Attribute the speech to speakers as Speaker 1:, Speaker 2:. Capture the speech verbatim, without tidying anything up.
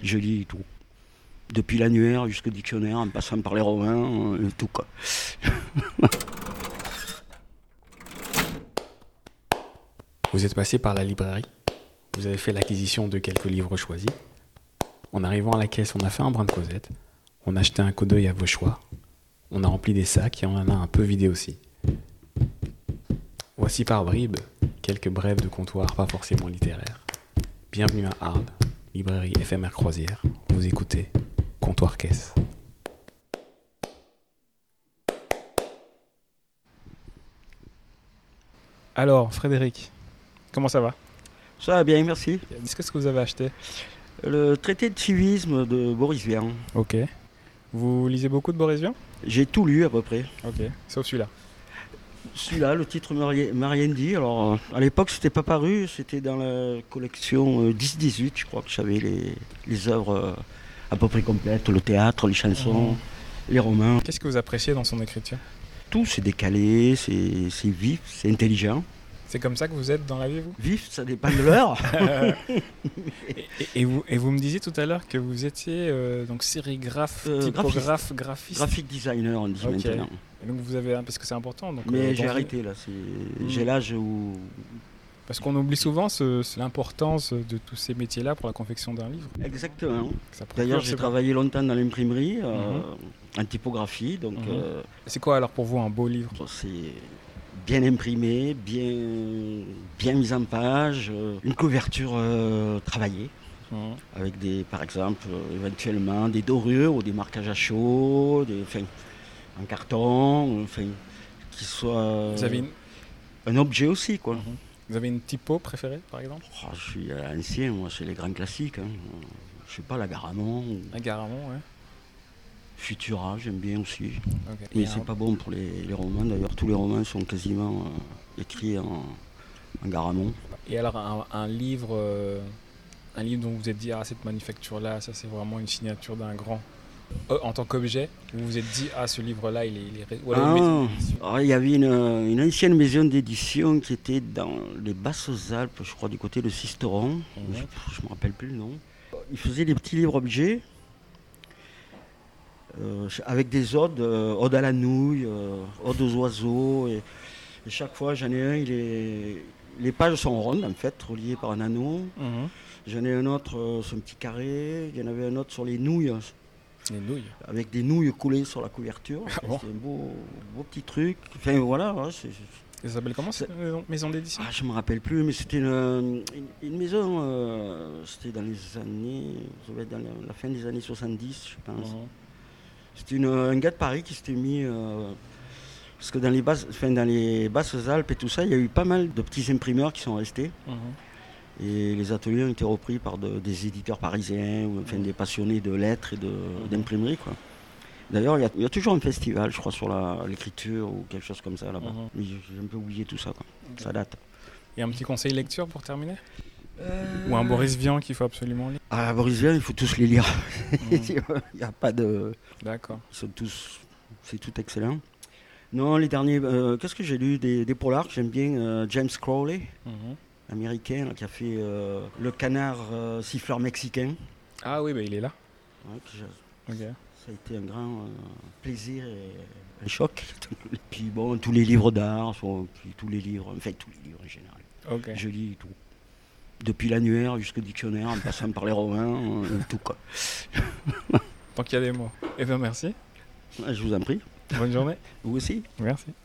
Speaker 1: Je lis tout. Depuis l'annuaire jusqu'au dictionnaire, en passant par les romans, euh, tout quoi.
Speaker 2: Vous êtes passé par la librairie, vous avez fait l'acquisition de quelques livres choisis. En arrivant à la caisse, on a fait un brin de causette, on a jeté un coup d'œil à vos choix, on a rempli des sacs et on en a un peu vidé aussi. Voici par bribes quelques brèves de comptoir pas forcément littéraires. Bienvenue à Arles, librairie éphémère croisière. Vous écoutez Comptoir Caisse.
Speaker 3: Alors, Frédéric, comment ça va?
Speaker 1: Ça va bien, merci.
Speaker 3: Qu'est-ce que vous avez acheté?
Speaker 1: Le traité de civisme de Boris Vian.
Speaker 3: Ok. Vous lisez beaucoup de Boris Vian?
Speaker 1: J'ai tout lu à peu près.
Speaker 3: Ok, sauf celui-là.
Speaker 1: Celui-là, le titre m'a ri- m'a rien dit. Alors, euh, à l'époque, c'était pas paru. C'était dans la collection euh, dix dix-huit, je crois que j'avais les, les œuvres euh, à peu près complètes. Le théâtre, les chansons,
Speaker 3: Mhm.
Speaker 1: les romans.
Speaker 3: Qu'est-ce que vous appréciez dans son écriture?
Speaker 1: Tout, c'est décalé, c'est c'est vif, c'est intelligent.
Speaker 3: C'est comme ça que vous êtes dans la vie, vous?
Speaker 1: Vif, ça dépend de l'heure.
Speaker 3: et, et vous, et vous me disiez tout à l'heure que vous étiez euh, donc sérigraphe,
Speaker 1: Euh,
Speaker 3: typographe, graphiste.
Speaker 1: Graphic designer, on dit
Speaker 3: Ok.
Speaker 1: maintenant.
Speaker 3: Et donc vous avez, parce que c'est important. Donc,
Speaker 1: Mais
Speaker 3: euh,
Speaker 1: j'ai
Speaker 3: dans-
Speaker 1: arrêté là. c'est-
Speaker 3: Mhm.
Speaker 1: J'ai l'âge où.
Speaker 3: Parce qu'on oublie souvent ce- ce- l'importance de tous ces métiers-là pour la confection d'un livre.
Speaker 1: Exactement.
Speaker 3: Ça procure,
Speaker 1: D'ailleurs,
Speaker 3: je
Speaker 1: j'ai
Speaker 3: sais pas.
Speaker 1: travaillé longtemps dans l'imprimerie, euh, en typographie. Donc,
Speaker 3: Mhm.
Speaker 1: euh,
Speaker 3: C'est quoi alors pour vous un beau livre?
Speaker 1: c'est bien imprimé, bien, bien mis en page, euh, une couverture euh, travaillée,
Speaker 3: Mhm.
Speaker 1: avec des, par exemple, euh, éventuellement des dorures ou des marquages à chaud, des, enfin, en carton, enfin, qui soit
Speaker 3: Vous avez une,
Speaker 1: un objet aussi, quoi.
Speaker 3: Mhm. vous avez une typo préférée, par exemple?
Speaker 1: Oh, je suis à l'ancien, moi, c'est les grands classiques. Hein. Je sais pas, la Garamond, ou
Speaker 3: Un Garamond, ouais.
Speaker 1: Futura, j'aime bien aussi.
Speaker 3: Ok.
Speaker 1: Mais
Speaker 3: Et
Speaker 1: c'est
Speaker 3: un-
Speaker 1: pas bon pour les, les romans, d'ailleurs, tous les romans sont quasiment euh, écrits en, en Garamond.
Speaker 3: Et alors un, un livre, euh, un livre dont vous vous êtes dit ah cette manufacture-là, ça c'est vraiment une signature d'un grand. Euh, en tant qu'objet, vous vous êtes dit ah ce livre-là il est, il est ré- ou alors une maison
Speaker 1: Ah,
Speaker 3: d'édition.
Speaker 1: ah, il y avait une, une ancienne maison d'édition qui était dans les Basses-Alpes, je crois, du côté de Sisteron.
Speaker 3: Mhm.
Speaker 1: Je ne me rappelle plus le nom. Ils faisaient des petits livres objets euh, avec des odes, euh, odes à la nouille, euh, odes aux oiseaux. Et, et chaque fois, j'en ai un, il est, les pages sont rondes en fait, reliées par un anneau.
Speaker 3: Mhm.
Speaker 1: J'en ai un autre euh, sur un petit carré. Il y en avait un autre sur les nouilles,
Speaker 3: Les nouilles.
Speaker 1: avec des nouilles collées sur la couverture.
Speaker 3: Ah bon.
Speaker 1: C'était un beau, beau petit truc. Enfin voilà, ouais, c'est-
Speaker 3: Et ça s'appelle comment cette maison, maison d'édition?
Speaker 1: ah, je me rappelle plus, mais c'était une, une, une maison, euh, c'était dans les années, ça devait être dans la, la fin des années soixante-dix, je pense.
Speaker 3: Mhm.
Speaker 1: C'était une- un gars de Paris qui s'était mis, euh, parce que dans les, basses, enfin, dans les Basses-Alpes et tout ça, il y a eu pas mal de petits imprimeurs qui sont restés.
Speaker 3: Mhm.
Speaker 1: Et les ateliers ont été repris par de- des éditeurs parisiens, ou enfin, des passionnés de lettres et de, d'imprimerie, quoi. D'ailleurs, il y a- il y, a toujours un festival, je crois, sur la- l'écriture ou quelque chose comme ça là-bas.
Speaker 3: Mhm.
Speaker 1: Mais j'ai j'ai un peu oublié tout ça, quoi. Ça date.
Speaker 3: Et un petit conseil lecture pour terminer?
Speaker 1: Euh,
Speaker 3: Ou un Boris Vian qu'il faut absolument lire?
Speaker 1: Ah, Boris Vian, il faut tous les lire.
Speaker 3: Mhm.
Speaker 1: Il n'y a pas de.
Speaker 3: D'accord.
Speaker 1: Ils sont tous. C'est tout excellent. Non, les derniers. euh, Qu'est-ce que j'ai lu? Des, des polars, j'aime bien euh, James Crowley,
Speaker 3: Mhm.
Speaker 1: américain, là, qui a fait euh, Le Canard euh, siffleur mexicain.
Speaker 3: Ah oui, bah, il est là.
Speaker 1: Ouais, que j'ai-
Speaker 3: Ok.
Speaker 1: ça a été un grand euh, plaisir et un choc. Et puis bon, tous les livres d'art, sont- puis tous les livres, enfin tous les livres en général.
Speaker 3: Ok.
Speaker 1: Je lis tout. Depuis l'annuaire jusqu'au dictionnaire, en passant par les romans, euh, tout quoi.
Speaker 3: Tant qu'il y a des mots. Eh bien merci.
Speaker 1: Je vous en prie.
Speaker 3: Bonne journée.
Speaker 1: Vous aussi.
Speaker 3: Merci.